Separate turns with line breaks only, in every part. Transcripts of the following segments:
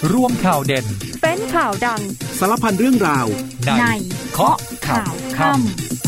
ร่วมข่าวเด่น
เป็นข่าวดัง
สารพันเรื่องราว
ในเคาะข่าวค่ำ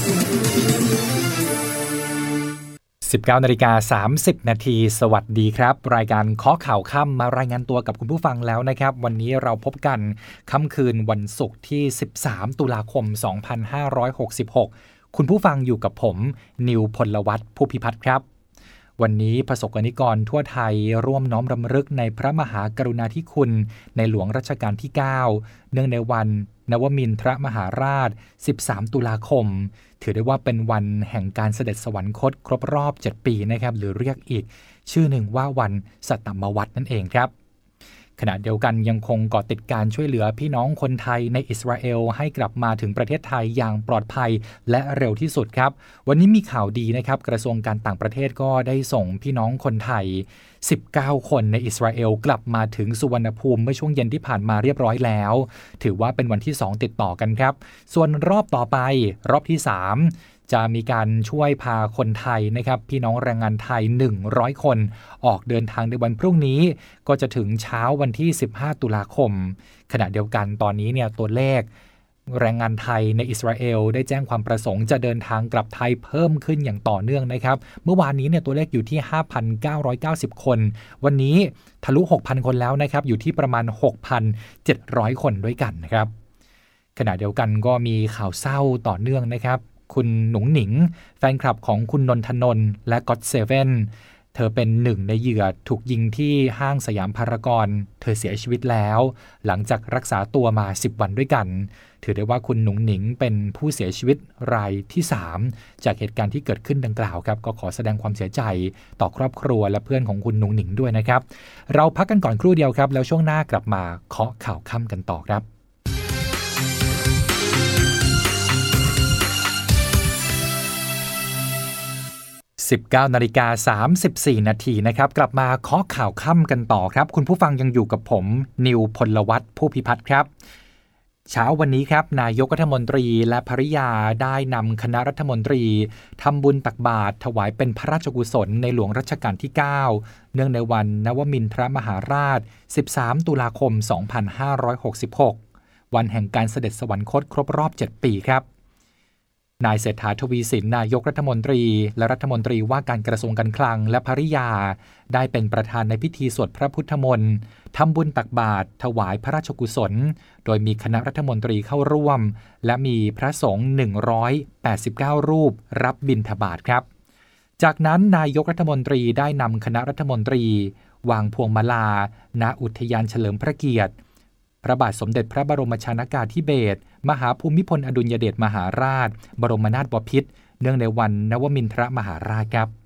19:30 นาทีสวัสดีครับรายการเคาะข่าวค่ำมารายงานตัวกับคุณผู้ฟังแล้วนะครับวันนี้เราพบกันค่ำคืนวันศุกร์ที่13ตุลาคม2566คุณผู้ฟังอยู่กับผมนิวพลวัฒน์ผู้พิพัฒน์ครับวันนี้ประสบกนิกรทั่วไทยร่วมน้อมรำลึกในพระมหากรุณาธิคุณในหลวงรัชกาลที่9เนื่องในวันนวมินทรมหาราช13ตุลาคมถือได้ว่าเป็นวันแห่งการเสด็จสวรรคตครบรอบ7ปีนะครับหรือเรียกอีกชื่อหนึ่งว่าวันสัตตมวัฏนั่นเองครับขณะเดียวกันยังคงเกาะติดการช่วยเหลือพี่น้องคนไทยในอิสราเอลให้กลับมาถึงประเทศไทยอย่างปลอดภัยและเร็วที่สุดครับวันนี้มีข่าวดีนะครับกระทรวงการต่างประเทศก็ได้ส่งพี่น้องคนไทย19คนในอิสราเอลกลับมาถึงสุวรรณภูมิเมื่อช่วงเย็นที่ผ่านมาเรียบร้อยแล้วถือว่าเป็นวันที่2ติดต่อกันครับส่วนรอบต่อไปรอบที่3จะมีการช่วยพาคนไทยนะครับพี่น้องแรงงานไทย100คนออกเดินทางในวันพรุ่งนี้ก็จะถึงเช้าวันที่15ตุลาคมขณะเดียวกันตอนนี้เนี่ยตัวเลขแรงงานไทยในอิสราเอลได้แจ้งความประสงค์จะเดินทางกลับไทยเพิ่มขึ้นอย่างต่อเนื่องนะครับเมื่อวานนี้เนี่ยตัวเลขอยู่ที่ 5,990 คนวันนี้ทะลุ 6,000 คนแล้วนะครับอยู่ที่ประมาณ 6,700 คนด้วยกันนะครับขณะเดียวกันก็มีข่าวเศร้าต่อเนื่องนะครับคุณหนุ่งหนิงแฟนคลับของคุณนนทนนท์และก็อตเซเว่นเธอเป็นหนึ่งในเหยื่อถูกยิงที่ห้างสยามพารากอนเธอเสียชีวิตแล้วหลังจากรักษาตัวมา10วันด้วยกันถือได้ว่าคุณหนุ่งหนิงเป็นผู้เสียชีวิตรายที่3จากเหตุการณ์ที่เกิดขึ้นดังกล่าวครับก็ขอแสดงความเสียใจต่อครอบครัวและเพื่อนของคุณหนุ่งหนิงด้วยนะครับเราพักกันก่อนครู่เดียวครับแล้วช่วงหน้ากลับมาเคาะข่าวค่ำกันต่อครับ19:34 นาทีนะครับกลับมาเคาะข่าวค่ำกันต่อครับคุณผู้ฟังยังอยู่กับผมนิวพลวัฒน์ผู้พิพัฒน์ครับเช้าวันนี้ครับนายกรัฐมนตรีและภริยาได้นำคณะรัฐมนตรีทำบุญตักบาตรถวายเป็นพระราชกุศลในหลวงรัชกาลที่9เนื่องในวันนวมินทรมหาราช13ตุลาคม2566วันแห่งการเสด็จสวรรคตครบรอบ7ปีครับนายเศรษฐาทวีสินนายกรัฐมนตรีและรัฐมนตรีว่าการกระทรวงการคลังและภริยาได้เป็นประธานในพิธีสวดพระพุทธมนต์ทำบุญตักบาตรถวายพระราชกุศลโดยมีคณะรัฐมนตรีเข้าร่วมและมีพระสงฆ์189รูปรับบิณฑบาตครับจากนั้นนายกรัฐมนตรีได้นำคณะรัฐมนตรีวางพวงมาลาณอุทยานเฉลิมพระเกียรติพระบาทสมเด็จพระบรมชนกาธิเบศรมหาภูมิพลอดุลยเดชมหาราชบรมนาถบพิตรเนื่องในวันนวมินทรมหาราชครับ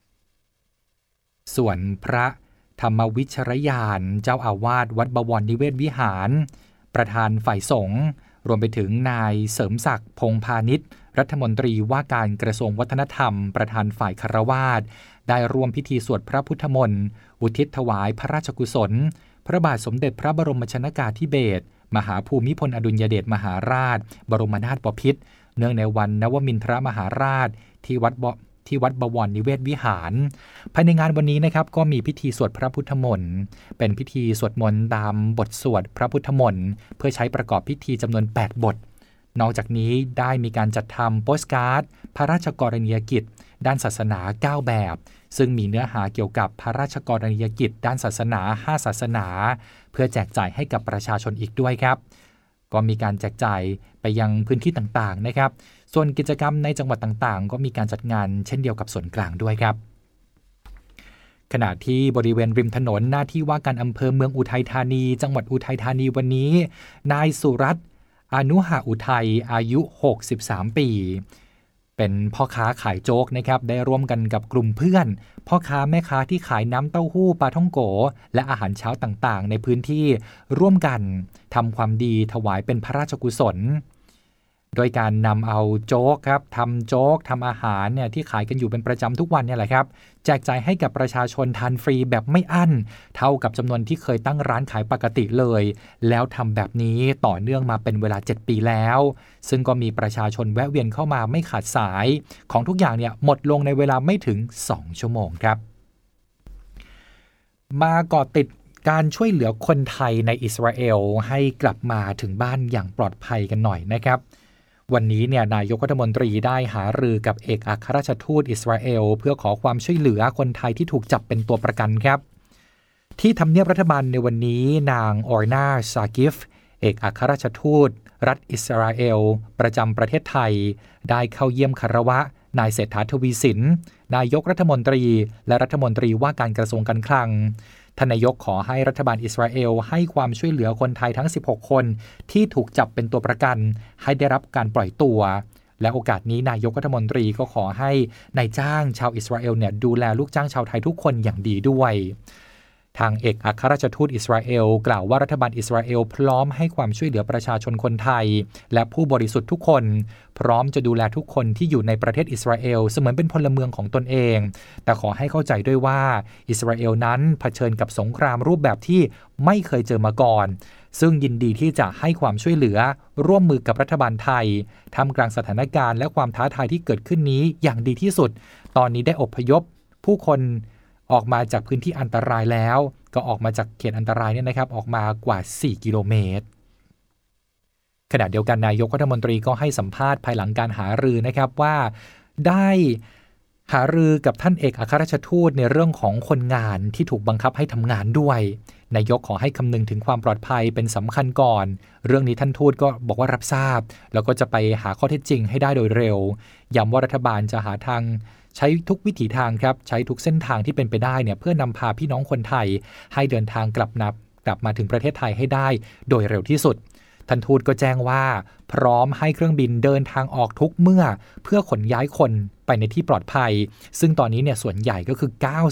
ส่วนพระธรรมวิชรยานเจ้าอาวาสวัดบวรนิเวศวิหารประธานฝ่ายสงฆ์รวมไปถึงนายเสริมศักดิ์พงษ์พาณิชย์รัฐมนตรีว่าการกระทรวงวัฒนธรรมประธานฝ่ายคฤหัสถ์ได้ร่วมพิธีสวดพระพุทธมนต์อุทิศถวายพระราชกุศลพระบาทสมเด็จพระบรมชนกาธิเบศรมหาภูมิพลอดุลยเดชมหาราชบรมนาถบพิตรเนื่องในวันนวมินทรมหาราชที่วัดบวรนิเวศวิหารภายในงานวันนี้นะครับก็มีพิธีสวดพระพุทธมนต์เป็นพิธีสวดมนต์ตามบทสวดพระพุทธมนต์เพื่อใช้ประกอบพิธีจำนวน8บทนอกจากนี้ได้มีการจัดทำโปสการ์ดพระราชกรณียกิจด้านศาสนา9แบบซึ่งมีเนื้อหาเกี่ยวกับพระราชกรณียกิจด้านศาสนา5ศาสนาเพื่อแจกจ่ายให้กับประชาชนอีกด้วยครับก็มีการแจกจ่ายไปยังพื้นที่ต่างๆนะครับส่วนกิจกรรมในจังหวัดต่างๆก็มีการจัดงานเช่นเดียวกับส่วนกลางด้วยครับขณะที่บริเวณริมถนนหน้าที่ว่าการอำเภอเมืองอุทัยธานีจังหวัดอุทัยธานีวันนี้นายสุรัตน์อนุหะอุทัยอายุ63ปีเป็นพ่อค้าขายโจ๊กนะครับได้ร่วมกันกับกลุ่มเพื่อนพ่อค้าแม่ค้าที่ขายน้ำเต้าหู้ปลาท่องโกและอาหารเช้าต่างๆในพื้นที่ร่วมกันทำความดีถวายเป็นพระราชกุศลโดยการนำเอาโจ๊กครับทำโจ๊กทำอาหารเนี่ยที่ขายกันอยู่เป็นประจำทุกวันเนี่ยแหละครับแจกจ่ายให้กับประชาชนทานฟรีแบบไม่อั้นเท่ากับจำนวนที่เคยตั้งร้านขายปกติเลยแล้วทำแบบนี้ต่อเนื่องมาเป็นเวลา7ปีแล้วซึ่งก็มีประชาชนแวะเวียนเข้ามาไม่ขาดสายของทุกอย่างเนี่ยหมดลงในเวลาไม่ถึง2ชั่วโมงครับมาเกาะติดการช่วยเหลือคนไทยในอิสราเอลให้กลับมาถึงบ้านอย่างปลอดภัยกันหน่อยนะครับวันนี้เนี่ยนายกรัฐมนตรีได้หารือกับเอกอัครราชทูตอิสราเอลเพื่อขอความช่วยเหลือคนไทยที่ถูกจับเป็นตัวประกันครับที่ทำเนียบรัฐบาลในวันนี้นางออร์นาซากิฟเอกอัครราชทูตรัฐอิสราเอลประจำประเทศไทยได้เข้าเยี่ยมคารวะนายเศรษฐาทวีสินนายกรัฐมนตรีและรัฐมนตรีว่าการกระทรวงการคลังท่านนายกขอให้รัฐบาลอิสราเอลให้ความช่วยเหลือคนไทยทั้ง16คนที่ถูกจับเป็นตัวประกันให้ได้รับการปล่อยตัวและโอกาสนี้นายกรัฐมนตรีก็ขอให้นายจ้างชาวอิสราเอลเนี่ยดูแลลูกจ้างชาวไทยทุกคนอย่างดีด้วยทางเอกอัครราชทูตอิสราเอลกล่าวว่ารัฐบาลอิสราเอลพร้อมให้ความช่วยเหลือประชาชนคนไทยและผู้บริสุทธิ์ทุกคนพร้อมจะดูแลทุกคนที่อยู่ในประเทศอิสราเอลเสมือนเป็นพลเมืองของตนเองแต่ขอให้เข้าใจด้วยว่าอิสราเอลนั้นเผชิญกับสงครามรูปแบบที่ไม่เคยเจอมาก่อนซึ่งยินดีที่จะให้ความช่วยเหลือร่วมมือกับรัฐบาลไทยท่ามกลางสถานการณ์และความท้าทายที่เกิดขึ้นนี้อย่างดีที่สุดตอนนี้ได้อพยพผู้คนออกมาจากพื้นที่อันตรายแล้วก็ออกมาจากเขตอันตรายเนี่ยนะครับออกมากว่า4 กิโลเมตรขณะเดียวกันนายกรัฐมนตรีก็ให้สัมภาษณ์ภายหลังการหารือนะครับว่าได้หารือกับท่านเอกอัครราชทูตในเรื่องของคนงานที่ถูกบังคับให้ทำงานด้วยนายกขอให้คำนึงถึงความปลอดภัยเป็นสำคัญก่อนเรื่องนี้ท่านทูตก็บอกว่ารับทราบแล้วก็จะไปหาข้อเท็จจริงให้ได้โดยเร็วย้ำว่ารัฐบาลจะหาทางใช้ทุกวิถีทางครับใช้ทุกเส้นทางที่เป็นไปได้เนี่ยเพื่อนำพาพี่น้องคนไทยให้เดินทางกลับมาถึงประเทศไทยให้ได้โดยเร็วที่สุดท่านทูตก็แจ้งว่าพร้อมให้เครื่องบินเดินทางออกทุกเมื่อเพื่อขนย้ายคนไปในที่ปลอดภัยซึ่งตอนนี้เนี่ยส่วนใหญ่ก็คือ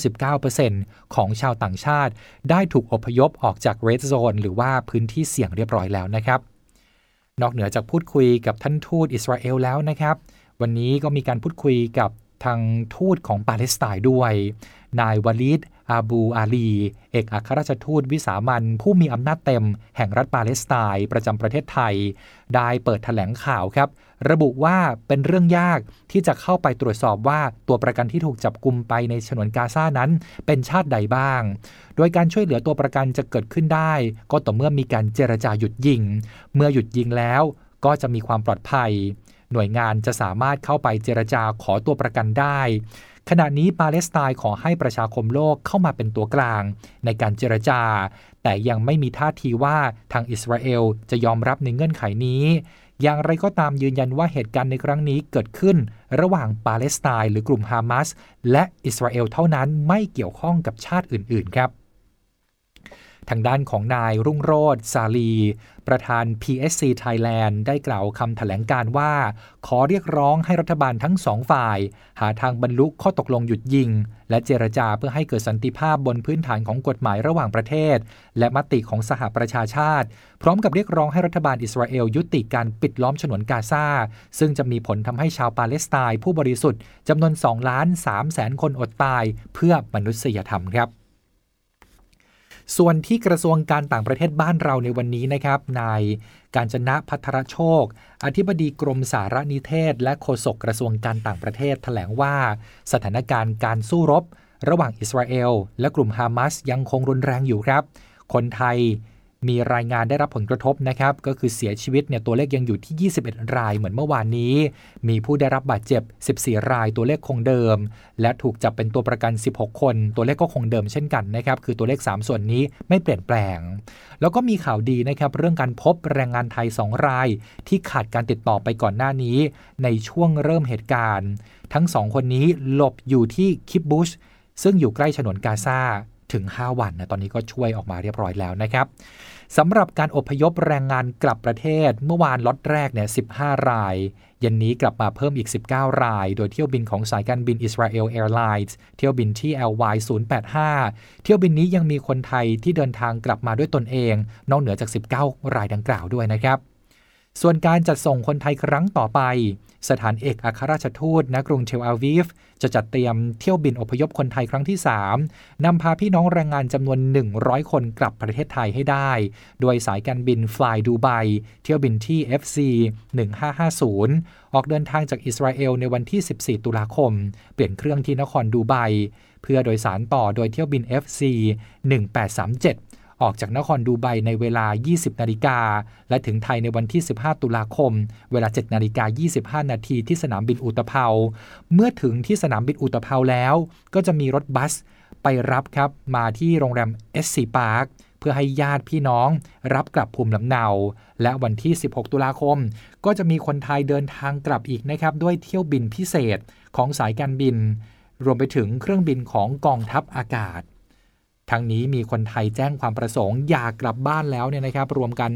99% ของชาวต่างชาติได้ถูกอพยพออกจากเรดโซนหรือว่าพื้นที่เสี่ยงเรียบร้อยแล้วนะครับนอกเหนือจากพูดคุยกับท่านทูตอิสราเอลแล้วนะครับวันนี้ก็มีการพูดคุยกับทางทูตของปาเลสไตน์ด้วยนายวาลิดอาบูอาลีเอกอัครราชทูตวิสามัญผู้มีอำนาจเต็มแห่งรัฐปาเลสไตน์ประจำประเทศไทยได้เปิดแถลงข่าวครับระบุว่าเป็นเรื่องยากที่จะเข้าไปตรวจสอบว่าตัวประกันที่ถูกจับกุมไปในฉนวนกาซานั้นเป็นชาติใดบ้างโดยการช่วยเหลือตัวประกันจะเกิดขึ้นได้ก็ต่อเมื่อมีการเจรจาหยุดยิงเมื่อหยุดยิงแล้วก็จะมีความปลอดภัยหน่วยงานจะสามารถเข้าไปเจรจาขอตัวประกันได้ขณะนี้ปาเลสไตน์ขอให้ประชาคมโลกเข้ามาเป็นตัวกลางในการเจรจาแต่ยังไม่มีท่าทีว่าทางอิสราเอลจะยอมรับในเงื่อนไขนี้อย่างไรก็ตามยืนยันว่าเหตุการณ์ในครั้งนี้เกิดขึ้นระหว่างปาเลสไตน์หรือกลุ่มฮามาสและอิสราเอลเท่านั้นไม่เกี่ยวข้องกับชาติอื่นๆครับทางด้านของนายรุ่งโรจน์ซาลีประธาน PSC Thailand ได้กล่าวคำแถลงการว่าขอเรียกร้องให้รัฐบาลทั้งสองฝ่ายหาทางบรรลุข้อตกลงหยุดยิงและเจรจาเพื่อให้เกิดสันติภาพบนพื้นฐานของกฎหมายระหว่างประเทศและมติของสหประชาชาติพร้อมกับเรียกร้องให้รัฐบาลอิสราเอลยุติการปิดล้อมฉนวนกาซาซึ่งจะมีผลทำให้ชาวปาเลสไตน์ผู้บริสุทธิ์จำนวน 2,300,000 คนอดตายเพื่อมนุษยธรรมครับส่วนที่กระทรวงการต่างประเทศบ้านเราในวันนี้นะครับนายกาญจนะภัทรโชคอธิบดีกรมสารนิเทศและโฆษกกระทรวงการต่างประเทศแถลงว่าสถานการณ์การสู้รบระหว่างอิสราเอลและกลุ่มฮามาสยังคงรุนแรงอยู่ครับคนไทยมีรายงานได้รับผลกระทบนะครับก็คือเสียชีวิตเนี่ยตัวเลขยังอยู่ที่21รายเหมือนเมื่อวานนี้มีผู้ได้รับบาดเจ็บ14รายตัวเลขคงเดิมและถูกจับเป็นตัวประกัน16คนตัวเลขก็คงเดิมเช่นกันนะครับคือตัวเลข3ส่วนนี้ไม่เปลี่ยนแปลงแล้วก็มีข่าวดีนะครับเรื่องการพบแรงงานไทย2รายที่ขาดการติดต่อไปก่อนหน้านี้ในช่วงเริ่มเหตุการณ์ทั้ง2คนนี้หลบอยู่ที่คิบบุชซึ่งอยู่ใกล้ฉนวนกาซาถึง5วันนะตอนนี้ก็ช่วยออกมาเรียบร้อยแล้วนะครับสำหรับการอพยพแรงงานกลับประเทศเมื่อวานล็อตแรกเนี่ย15รายเย็นนี้กลับมาเพิ่มอีก19รายโดยเที่ยวบินของสายการบินอิสราเอลแอร์ไลน์เที่ยวบินที่ LY 085เที่ยวบินนี้ยังมีคนไทยที่เดินทางกลับมาด้วยตนเองนอกเหนือจาก19รายดังกล่าวด้วยนะครับส่วนการจัดส่งคนไทยครั้งต่อไปสถานเอกอัครราชทูตณกรุงเทลอาวีฟจะจัดเตรียมเที่ยวบินอพยพคนไทยครั้งที่3นำพาพี่น้องแรงงานจำนวน100คนกลับประเทศไทยให้ได้โดยสายการบิน Fly Dubai เที่ยวบินที่ FC 1550ออกเดินทางจากอิสราเอลในวันที่14ตุลาคมเปลี่ยนเครื่องที่นครดูไบเพื่อโดยสารต่อโดยเที่ยวบิน FC 1837 ออกจากนครดูไบในเวลา 20 นาฬิกาและถึงไทยในวันที่ 15 ตุลาคมเวลา 7 นาฬิกา 25 นาทีที่สนามบินอุตภเปาเมื่อถึงที่สนามบินอุตภเปาแล้วก็จะมีรถบัสไปรับครับมาที่โรงแรม SC Park เพื่อให้ญาติพี่น้องรับกลับภูมิลำเนาและวันที่ 16 ตุลาคมก็จะมีคนไทยเดินทางกลับอีกนะครับด้วยเที่ยวบินพิเศษของสายการบินรวมไปถึงเครื่องบินของกองทัพอากาศทั้งนี้มีคนไทยแจ้งความประสงค์อยากกลับบ้านแล้วเนี่ยนะครับรวมกัน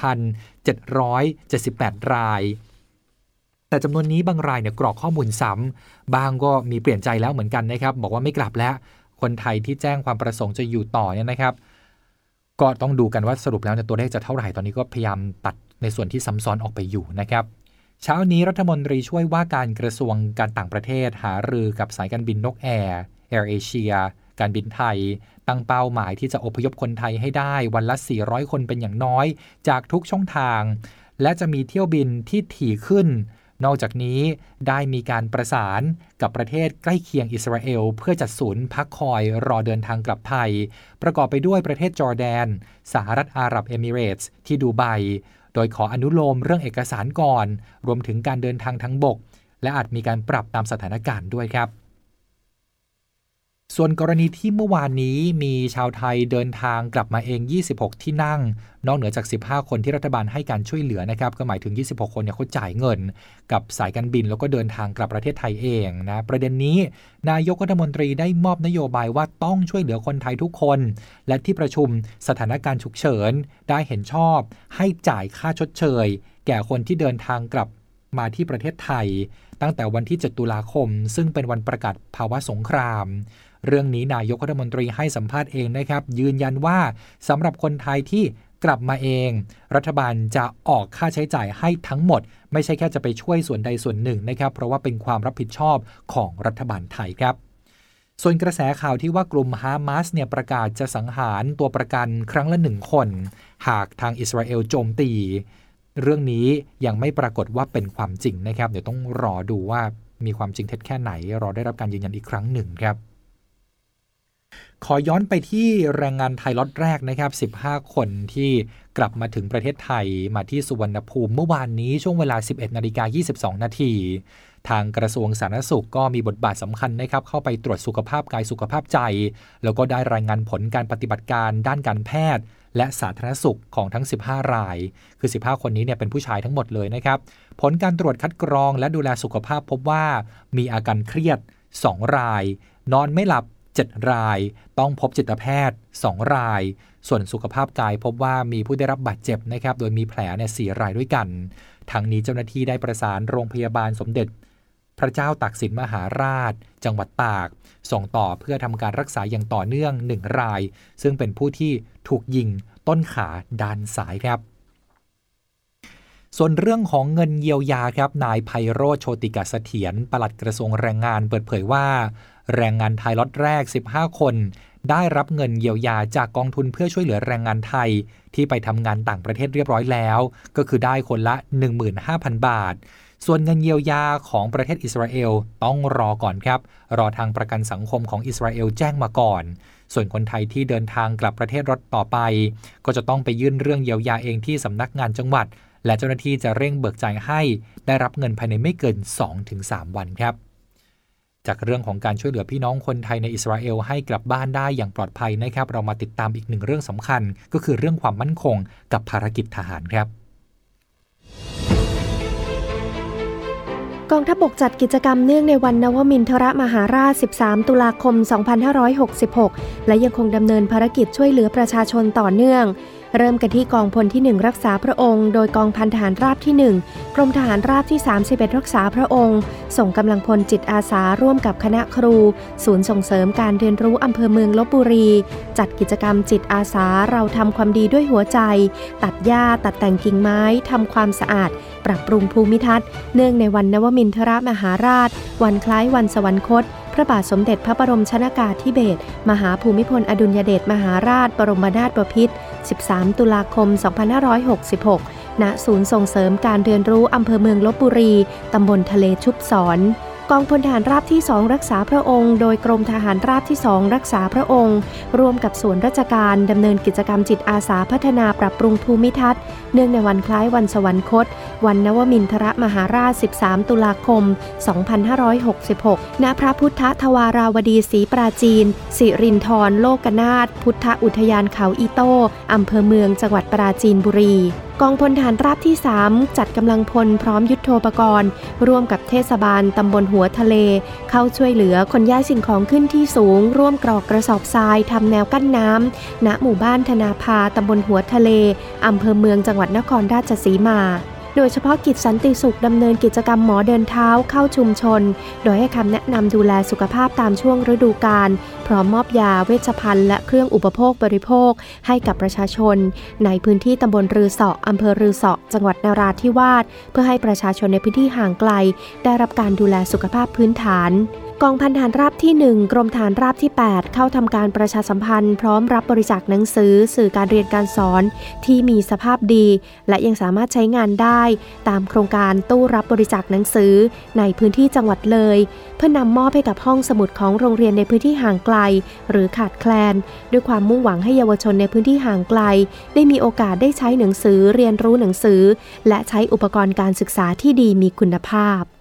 6,778 รายแต่จำนวนนี้บางรายเนี่ยกรอกข้อมูลซ้ำบางก็มีเปลี่ยนใจแล้วเหมือนกันนะครับบอกว่าไม่กลับแล้วคนไทยที่แจ้งความประสงค์จะอยู่ต่อเนี่ยนะครับก็ต้องดูกันว่าสรุปแล้วเนี่ยตัวเลขจะเท่าไหร่ตอนนี้ก็พยายามตัดในส่วนที่ซ้ำซ้อนออกไปอยู่นะครับเช้านี้รัฐมนตรีช่วยว่าการกระทรวงการต่างประเทศหารือกับสายการบินนกแอร์แอร์เอเชียการบินไทยตั้งเป้าหมายที่จะอพยพคนไทยให้ได้วันละ400คนเป็นอย่างน้อยจากทุกช่องทางและจะมีเที่ยวบินที่ถี่ขึ้นนอกจากนี้ได้มีการประสานกับประเทศใกล้เคียงอิสราเอลเพื่อจัดศูนย์พักคอยรอเดินทางกลับไทยประกอบไปด้วยประเทศจอร์แดนสหรัฐอาหรับเอมิเรตส์ที่ดูไบโดยขออนุโลมเรื่องเอกสารก่อนรวมถึงการเดินทางทางบกและอาจมีการปรับตามสถานการณ์ด้วยครับส่วนกรณีที่เมื่อวานนี้มีชาวไทยเดินทางกลับมาเอง26ที่นั่งนอกเหนือจาก15คนที่รัฐบาลให้การช่วยเหลือนะครับก็หมายถึง26คนเนี่ยเขาจ่ายเงินกับสายการบินแล้วก็เดินทางกลับประเทศไทยเองนะประเด็นนี้นายกรัฐมนตรีได้มอบนโยบายว่าต้องช่วยเหลือคนไทยทุกคนและที่ประชุมสถานการณ์ฉุกเฉินได้เห็นชอบให้จ่ายค่าชดเชยแก่คนที่เดินทางกลับมาที่ประเทศไทยตั้งแต่วันที่7ตุลาคมซึ่งเป็นวันประกาศภาวะสงครามเรื่องนี้นายกรัฐมนตรีให้สัมภาษณ์เองนะครับยืนยันว่าสำหรับคนไทยที่กลับมาเองรัฐบาลจะออกค่าใช้จ่ายให้ทั้งหมดไม่ใช่แค่จะไปช่วยส่วนใดส่วนหนึ่งนะครับเพราะว่าเป็นความรับผิดชอบของรัฐบาลไทยครับส่วนกระแสข่าวที่ว่ากลุ่มฮามาสเนี่ยประกาศจะสังหารตัวประกันครั้งละ1คนหากทางอิสราเอลโจมตีเรื่องนี้ยังไม่ปรากฏว่าเป็นความจริงนะครับเดี๋ยวต้องรอดูว่ามีความจริงเท็จแค่ไหนรอได้รับการยืนยันอีกครั้งหนึ่งครับขอย้อนไปที่แรงงานไทยล็อตแรกนะครับ15คนที่กลับมาถึงประเทศไทยมาที่สุวรรณภูมิเมื่อวานนี้ช่วงเวลา 11:22 นาทีทางกระทรวงสาธารณสุขก็มีบทบาทสำคัญนะครับเข้าไปตรวจสุขภาพกายสุขภาพใจแล้วก็ได้รายงานผลการปฏิบัติการด้านการแพทย์และสาธารณสุขของทั้ง15รายคือ15คนนี้เนี่ยเป็นผู้ชายทั้งหมดเลยนะครับผลการตรวจคัดกรองและดูแลสุขภาพพบว่ามีอาการเครียด2รายนอนไม่หลับ7รายต้องพบจิตแพทย์2รายส่วนสุขภาพกายพบว่ามีผู้ได้รับบาดเจ็บนะครับโดยมีแผลเนี่ย4รายด้วยกันทั้งนี้เจ้าหน้าที่ได้ประสานโรงพยาบาลสมเด็จพระเจ้าตากสินมหาราชจังหวัดตากส่งต่อเพื่อทำการรักษาอย่างต่อเนื่อง1รายซึ่งเป็นผู้ที่ถูกยิงต้นขาด้านซ้ายครับส่วนเรื่องของเงินเยียวยาครับนายไพโรจน์โชติกเสถียรปลัดกระทรวงแรงงานเปิดเผยว่าแรงงานไทยล็อตแรก15คนได้รับเงินเยียวยาจากกองทุนเพื่อช่วยเหลือแรงงานไทยที่ไปทำงานต่างประเทศเรียบร้อยแล้วก็คือได้คนละ 15,000 บาทส่วนเงินเยียวยาของประเทศอิสราเอลต้องรอก่อนครับรอทางประกันสังคมของอิสราเอลแจ้งมาก่อนส่วนคนไทยที่เดินทางกลับประเทศรถต่อไปก็จะต้องไปยื่นเรื่องเยียวยาเองที่สำนักงานจังหวัดและเจ้าหน้าที่จะเร่งเบิกจ่ายให้ได้รับเงินภายในไม่เกิน 2-3 วันครับจากเรื่องของการช่วยเหลือพี่น้องคนไทยในอิสราเอลให้กลับบ้านได้อย่างปลอดภัยนะครับเรามาติดตามอีกหนึ่งเรื่องสำคัญก็คือเรื่องความมั่นคงกับภารกิจทหารครับ
กองทัพบกจัดกิจกรรมเนื่องในวันนวมินทรมหาราช13ตุลาคม2566และยังคงดำเนินภารกิจช่วยเหลือประชาชนต่อเนื่องเริ่มกันที่กองพลที่1รักษาพระองค์โดยกองพันทหารราบที่1กรมทหารราบที่31รักษาพระองค์ส่งกำลังพลจิตอาสาร่วมกับคณะครูศูนย์ส่งเสริมการเรียนรู้อำเภอเมืองลพบุรีจัดกิจกรรมจิตอาสาเราทำความดีด้วยหัวใจตัดหญ้าตัดแต่งกิ่งไม้ทำความสะอาดปรับปรุงภูมิทัศน์เนื่องในวันนวมินทรมหาราชวันคล้ายวันสวรรคตพระบาทสมเด็จพระบรมชนกาธิเบศรมหาภูมิพลอดุลยเดชมหาราชบรมนาถบพิตร13ตุลาคม2566ณศูนย์ส่งเสริมการเรียนรู้อำเภอเมืองลพบุรีตำบลทะเลชุบศรกองพลทหารราบที่2รักษาพระองค์โดยกรมทหารราบที่2รักษาพระองค์ร่วมกับส่วนราชการดำเนินกิจกรรมจิตอาสาพัฒนาปรับปรุงภูมิทัศน์เนื่องในวันคล้ายวันสวรรคตวันนวมินทรมหาราช13ตุลาคม2566ณพระพุทธทวาราวดีศรีปราจีนสิรินธรโลกนาถพุทธอุทยานเขาอีโต้อำเภอเมืองจังหวัดปราจีนบุรีกองพลทหารราบที่3จัดกำลังพลพร้อมยุทโธปกรณ์ร่วมกับเทศบาลตำบลหัวทะเลเข้าช่วยเหลือขนย้ายสิ่งของขึ้นที่สูงร่วมกรอกกระสอบทรายทำแนวกั้นน้ำณหมู่บ้านธนาภาตำบลหัวทะเลอำเภอเมืองจังหวัดนครราชสีมาโดยเฉพาะกิจสันติสุขดำเนินกิจกรรมหมอเดินเท้าเข้าชุมชนโดยให้คำแนะนำดูแลสุขภาพตามช่วงฤดูกาลพร้อมมอบยาเวชภัณฑ์และเครื่องอุปโภคบริโภคให้กับประชาชนในพื้นที่ตำบลรือเสาะอำเภอรือเสาะจังหวัดนราธิวาสเพื่อให้ประชาชนในพื้นที่ห่างไกลได้รับการดูแลสุขภาพพื้นฐานกองพันทหารราบที่1กรมทหารราบที่8เข้าทำการประชาสัมพันธ์พร้อมรับบริจาคหนังสือสื่อการเรียนการสอนที่มีสภาพดีและยังสามารถใช้งานได้ตามโครงการตู้รับบริจาคหนังสือในพื้นที่จังหวัดเลยเพื่อนำมอบให้กับห้องสมุดของโรงเรียนในพื้นที่ห่างไกลหรือขาดแคลนด้วยความมุ่งหวังให้เยาวชนในพื้นที่ห่างไกลได้มีโอกาสได้ใช้หนังสือเรียนรู้หนังสือและใช้อุปกรณ์การศึกษาที่ดีมีคุณภาพ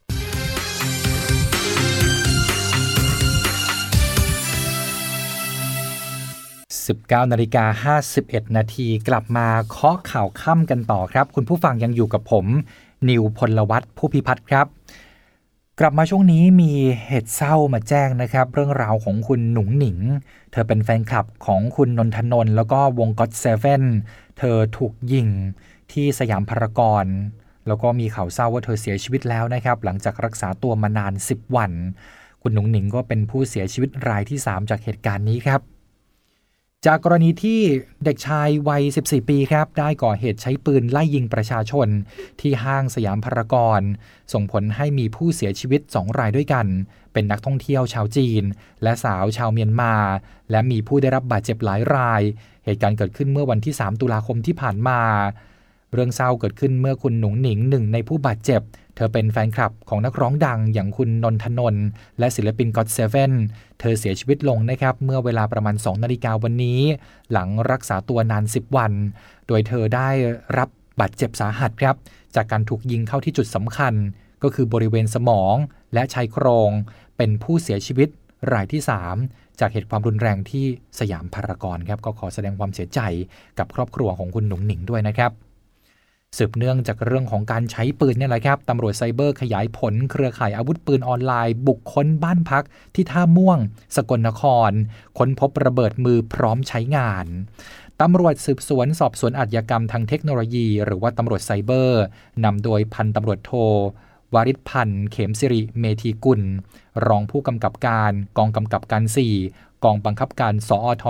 19:51 นาทีกลับมาเคาะข่าวค่ำกันต่อครับคุณผู้ฟังยังอยู่กับผมนิวพลวัฒน์ผู้พิพัฒน์ครับกลับมาช่วงนี้มีเหตุเศร้ามาแจ้งนะครับเรื่องราวของคุณหนุ่งหนิงเธอเป็นแฟนคลับของคุณนนทนนท์แล้วก็วงก็อตเซเว่นเธอถูกยิงที่สยามพารากอนแล้วก็มีข่าวเศร้าว่าเธอเสียชีวิตแล้วนะครับหลังจากรักษาตัวมานาน10 วันคุณหนุ่งหนิงก็เป็นผู้เสียชีวิตรายที่3จากเหตุการณ์นี้ครับจากกรณีที่เด็กชายวัย14 ปีครับได้ก่อเหตุใช้ปืนไล่ยิงประชาชนที่ห้างสยามพารากอนส่งผลให้มีผู้เสียชีวิต2 รายด้วยกันเป็นนักท่องเที่ยวชาวจีนและสาวชาวเมียนมาและมีผู้ได้รับบาดเจ็บหลายรายเหตุการณ์เกิดขึ้นเมื่อวันที่3 ตุลาคมที่ผ่านมาเรื่องเศร้าเกิดขึ้นเมื่อคุณหนุ่งหนิงหนึ่งในผู้บาดเจ็บเธอเป็นแฟนคลับของนักร้องดังอย่างคุณนนทนนท์และศิลปินก็อตเซเว่นเธอเสียชีวิตลงนะครับเมื่อเวลาประมาณ 2 นาฬิกาวันนี้หลังรักษาตัวนาน10 วันโดยเธอได้รับบาดเจ็บสาหัสครับจากการถูกยิงเข้าที่จุดสำคัญก็คือบริเวณสมองและชายโครงเป็นผู้เสียชีวิตรายที่3จากเหตุความรุนแรงที่สยามพารากอนครับก็ขอแสดงความเสียใจกับครอบครัวของคุณหนุ่งหนิงด้วยนะครับสืบเนื่องจากเรื่องของการใช้ปืนเนี่ยแหละครับตำรวจไซเบอร์ขยายผลเครือข่ายอาวุธปืนออนไลน์บุกค้นบ้านพักที่ท่าม่วงสกลนครค้นพบระเบิดมือพร้อมใช้งานตำรวจสืบสวนสอบสวนอาชญากรรมทางเทคโนโลยีหรือว่าตำรวจไซเบอร์นำโดยพันตำรวจโทวาริศพันธ์เขมสิริเมธีกุลรองผู้กำกับการกองกำกับการ4กองบังคับการสอท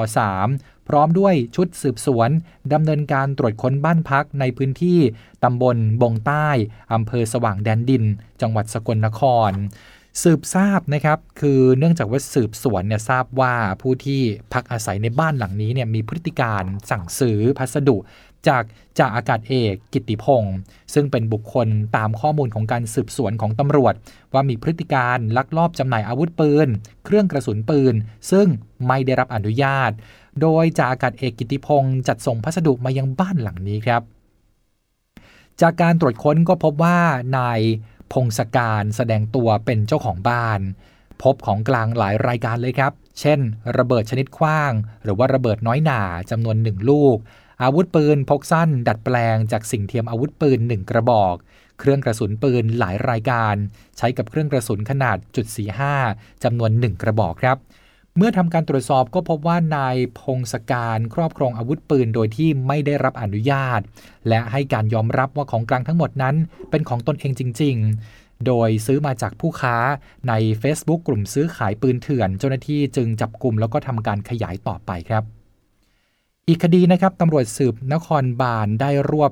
3พร้อมด้วยชุดสืบสวนดำเนินการตรวจค้นบ้านพักในพื้นที่ตำบลบงใต้อำเภอสว่างแดนดินจังหวัดสกลนครสืบทราบนะครับคือเนื่องจากว่าสืบสวนเนี่ยทราบว่าผู้ที่พักอาศัยในบ้านหลังนี้เนี่ยมีพฤติการสั่งซื้อพัสดุจากจ่าอากาศเอกกิตติพงศ์ซึ่งเป็นบุคคลตามข้อมูลของการสืบสวนของตำรวจว่ามีพฤติการลักลอบจำหน่ายอาวุธปืนเครื่องกระสุนปืนซึ่งไม่ได้รับอนุญาตโดยจ่าอากาศเอกกิตติพงศ์จัดส่งพัสดุมายังบ้านหลังนี้ครับจากการตรวจค้นก็พบว่านายพงศการแสดงตัวเป็นเจ้าของบ้านพบของกลางหลายรายการเลยครับเช่นระเบิดชนิดขว้างหรือว่าระเบิดน้อยหน่าจำนวน1 ลูกอาวุธปืนพกสั้นดัดแปลงจากสิ่งเทียมอาวุธปืน1 กระบอกเครื่องกระสุนปืนหลายรายการใช้กับเครื่องกระสุนขนาด.45จำนวน1 กระบอกครับเมื่อทำการตรวจสอบก็พบว่านายพงศการครอบครองอาวุธปืนโดยที่ไม่ได้รับอนุญาตและให้การยอมรับว่าของกลางทั้งหมดนั้นเป็นของตนเองจริงๆโดยซื้อมาจากผู้ค้าใน Facebook กลุ่มซื้อขายปืนเถื่อนเจ้าหน้าที่จึงจับกุมแล้วก็ทำการขยายต่อไปครับอีกคดีนะครับตำรวจสืบนครบาลได้รวบ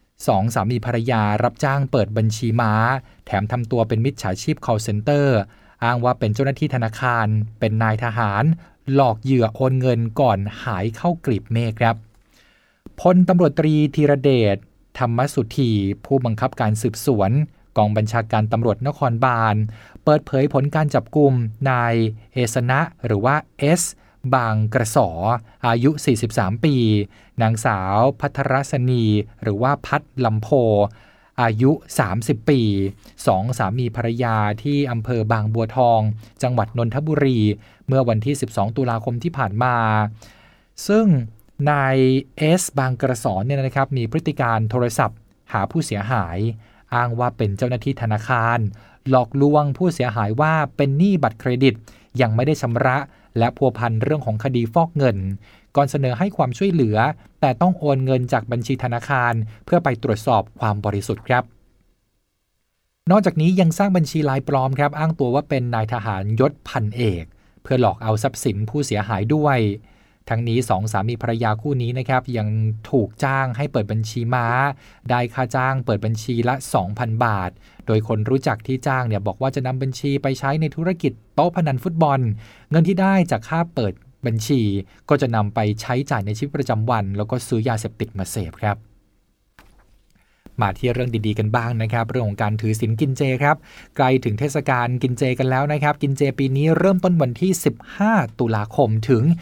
2 สามีภรรยารับจ้างเปิดบัญชีม้าแถมทำตัวเป็นมิจฉาชีพ call center อ้างว่าเป็นเจ้าหน้าที่ธนาคารเป็นนายทหารหลอกเหยื่อโอนเงินก่อนหายเข้ากลีบเมฆครับพลตำรวจตรีธีรเดชธรรมสุธีผู้บังคับการสืบสวนกองบัญชาการตำรวจนครบาลเปิดเผยผลการจับกุมนายเอสนะหรือว่าเอสบางกระสออายุ43ปีนางสาวภัทรศนีหรือว่าพัดลำโพอายุ30ปี2สามีภรรยาที่อำเภอบางบัวทองจังหวัดนนทบุรีเมื่อวันที่12ตุลาคมที่ผ่านมาซึ่งนายเอสบางกระสอเนี่ยนะครับมีพฤติการโทรศัพท์หาผู้เสียหายอ้างว่าเป็นเจ้าหน้าที่ธนาคารหลอกลวงผู้เสียหายว่าเป็นหนี้บัตรเครดิตยังไม่ได้ชำระและพัวพันเรื่องของคดีฟอกเงินก่อนเสนอให้ความช่วยเหลือแต่ต้องโอนเงินจากบัญชีธนาคารเพื่อไปตรวจสอบความบริสุทธิ์ครับนอกจากนี้ยังสร้างบัญชีลายปลอมครับอ้างตัวว่าเป็นนายทหารยศพันเอกเพื่อหลอกเอาทรัพย์สินผู้เสียหายด้วยทั้งนี้2สามีภรรยาคู่นี้นะครับยังถูกจ้างให้เปิดบัญชีม้าได้ค่าจ้างเปิดบัญชีละ 2,000 บาทโดยคนรู้จักที่จ้างเนี่ยบอกว่าจะนำบัญชีไปใช้ในธุรกิจโต๊ะพนันฟุตบอลเงินที่ได้จากค่าเปิดบัญชีก็จะนำไปใช้จ่ายในชีวิตประจำวันแล้วก็ซื้อยาเสพติดมาเสพครับมาที่เรื่องดีๆกันบ้างนะครับเรื่องของการถือศีลกินเจครับใกล้ถึงเทศกาลกินเจกันแล้วนะครับกินเจปีนี้เริ่มต้นวันที่15ตุลาคมถึง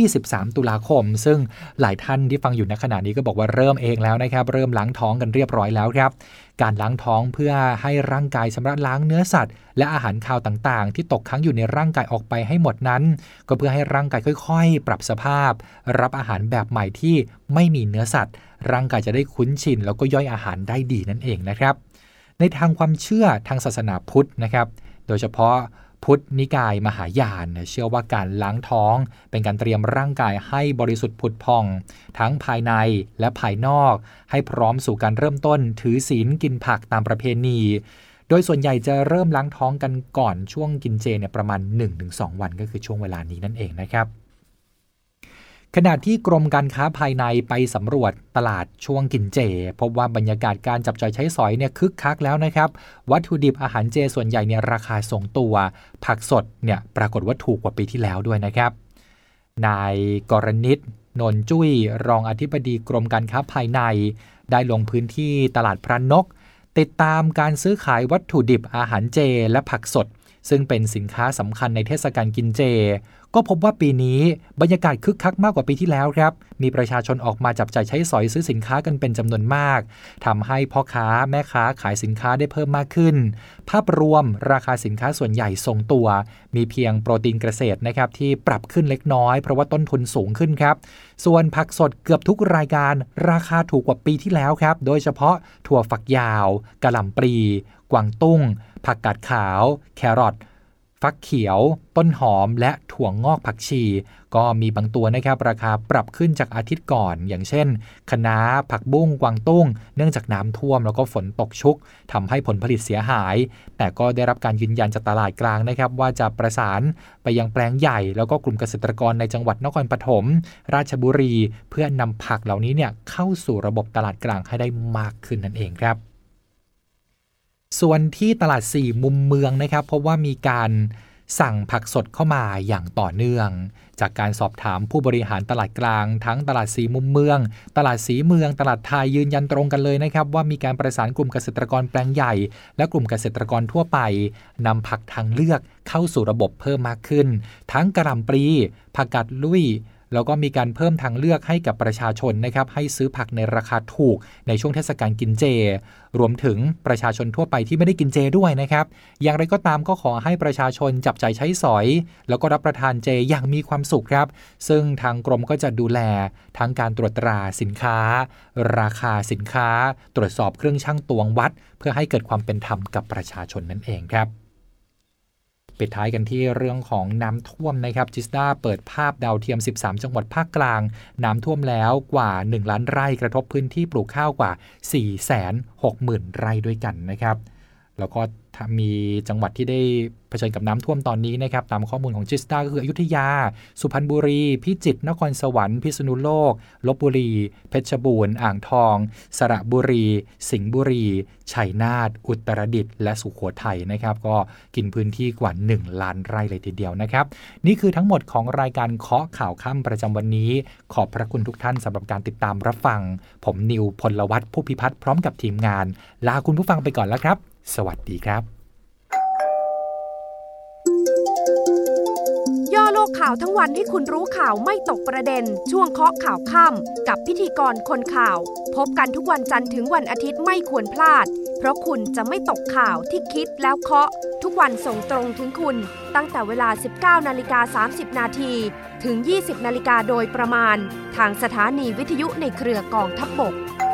23ตุลาคมซึ่งหลายท่านที่ฟังอยู่ณขณะนี้ก็บอกว่าเริ่มเองแล้วนะครับเริ่มล้างท้องกันเรียบร้อยแล้วครับการล้างท้องเพื่อให้ร่างกายชำระล้างเนื้อสัตว์และอาหารคาวต่างๆที่ตกค้างอยู่ในร่างกายออกไปให้หมดนั้นก็เพื่อให้ร่างกายค่อยๆปรับสภาพรับอาหารแบบใหม่ที่ไม่มีเนื้อสัตว์ร่างกายจะได้คุ้นชินแล้วก็ย่อยอาหารได้ดีนั่นเองนะครับในทางความเชื่อทางศาสนาพุทธนะครับโดยเฉพาะพุทธนิกายมหายานเชื่อว่าการล้างท้องเป็นการเตรียมร่างกายให้บริสุทธิ์ผุดพองทั้งภายในและภายนอกให้พร้อมสู่การเริ่มต้นถือศีลกินผักตามประเพณีโดยส่วนใหญ่จะเริ่มล้างท้องกันก่อนช่วงกินเจเนี่ยประมาณ 1-2 วันก็คือช่วงเวลานี้นั่นเองนะครับขณะที่กรมการค้าภายในไปสำรวจตลาดช่วงกินเจพบว่าบรรยากาศการจับจ่ายใช้สอยเนี่ยคึกคักแล้วนะครับวัตถุดิบอาหารเจส่วนใหญ่เนี่ยราคาทรงตัวผักสดเนี่ยปรากฏว่าถูกกว่าปีที่แล้วด้วยนะครับนายกรณิตนนจุ้ยรองอธิบดีกรมการค้าภายในได้ลงพื้นที่ตลาดพระนกติดตามการซื้อขายวัตถุดิบอาหารเจและผักสดซึ่งเป็นสินค้าสำคัญในเทศกาลกินเจก็พบว่าปีนี้บรรยากาศคึกคักมากกว่าปีที่แล้วครับมีประชาชนออกมาจับจ่ายใช้สอยซื้อสินค้ากันเป็นจำนวนมากทำให้พ่อค้าแม่ค้าขายสินค้าได้เพิ่มมากขึ้นภาพรวมราคาสินค้าส่วนใหญ่ทรงตัวมีเพียงโปรตีนเกษตรนะครับที่ปรับขึ้นเล็กน้อยเพราะว่าต้นทุนสูงขึ้นครับส่วนผักสดเกือบทุกรายการราคาถูกกว่าปีที่แล้วครับโดยเฉพาะถั่วฝักยาวกะหล่ำปลีกวางตุ้งผักกาดขาวแครอทฟักเขียวต้นหอมและถั่วงอกผักชีก็มีบางตัวนะครับราคาปรับขึ้นจากอาทิตย์ก่อนอย่างเช่นคะน้าผักบุ้งกวางตุ้งเนื่องจากน้ำท่วมแล้วก็ฝนตกชุกทำให้ผลผลิตเสียหายแต่ก็ได้รับการยืนยันจากตลาดกลางนะครับว่าจะประสานไปยังแปลงใหญ่แล้วก็กลุ่มเกษตรกรในจังหวัดนครปฐมราชบุรีเพื่อนำผักเหล่านี้เนี่ยเข้าสู่ระบบตลาดกลางให้ได้มากขึ้นนั่นเองครับส่วนที่ตลาด4มุมเมืองนะครับเพราะว่ามีการสั่งผักสดเข้ามาอย่างต่อเนื่องจากการสอบถามผู้บริหารตลาดกลางทั้งตลาด4มุมเมืองตลาดสีเมืองตลาดไทยยืนยันตรงกันเลยนะครับว่ามีการประสานกลุ่มเกษตรกรแปลงใหญ่และกลุ่มเกษตรกรทั่วไปนำผักทางเลือกเข้าสู่ระบบเพิ่มมากขึ้นทั้งกะหล่ำปลีผักกาดลุยแล้วก็มีการเพิ่มทางเลือกให้กับประชาชนนะครับให้ซื้อผักในราคาถูกในช่วงเทศกาลกินเจรวมถึงประชาชนทั่วไปที่ไม่ได้กินเจด้วยนะครับอย่างไรก็ตามก็ขอให้ประชาชนจับจ่ายใช้สอยแล้วก็รับประทานเจอย่างมีความสุขครับซึ่งทางกรมก็จะดูแลทั้งการตรวจตราสินค้าราคาสินค้าตรวจสอบเครื่องชั่งตวงวัดเพื่อให้เกิดความเป็นธรรมกับประชาชนนั่นเองครับปิดท้ายกันที่เรื่องของน้ำท่วมนะครับจิสดาเปิดภาพดาวเทียม13จังหวัดภาคกลางน้ำท่วมแล้วกว่า1ล้านไร่กระทบพื้นที่ปลูกข้าวกว่า 460,000 ไร่ด้วยกันนะครับแล้วก็มีจังหวัดที่ได้เผชิญกับน้ำท่วมตอนนี้นะครับตามข้อมูลของจิสดาก็คืออยุธยาสุพรรณบุรีพิจิตรนครสวรรค์พิษณุโลกลพบุรีเพชรบูรณ์อ่างทองสระบุรีสิงห์บุรีชัยนาทอุตรดิตถ์และสุโขทัยนะครับก็กินพื้นที่กว่า1ล้านไร่เลยทีเดียวนะครับนี่คือทั้งหมดของรายการเคาะข่าวค่ำประจำวันนี้ขอบพระคุณทุกท่านสำหรับการติดตามรับฟังผมนิวพลวัฒน์ผู้พิพัฒน์พร้อมกับทีมงานลาคุณผู้ฟังไปก่อนแล้วครับสวัสดีครับ
ย่อโลกข่าวทั้งวันให้คุณรู้ข่าวไม่ตกประเด็นช่วงเคาะข่าวค่ำกับพิธีกรคนข่าวพบกันทุกวันจันทร์ถึงวันอาทิตย์ไม่ควรพลาดเพราะคุณจะไม่ตกข่าวที่คิดแล้วเคาะทุกวันส่งตรงถึงคุณตั้งแต่เวลา 19:30 นาทีถึง 20 นาฬิกาโดยประมาณทางสถานีวิทยุในเครือกองทัพบก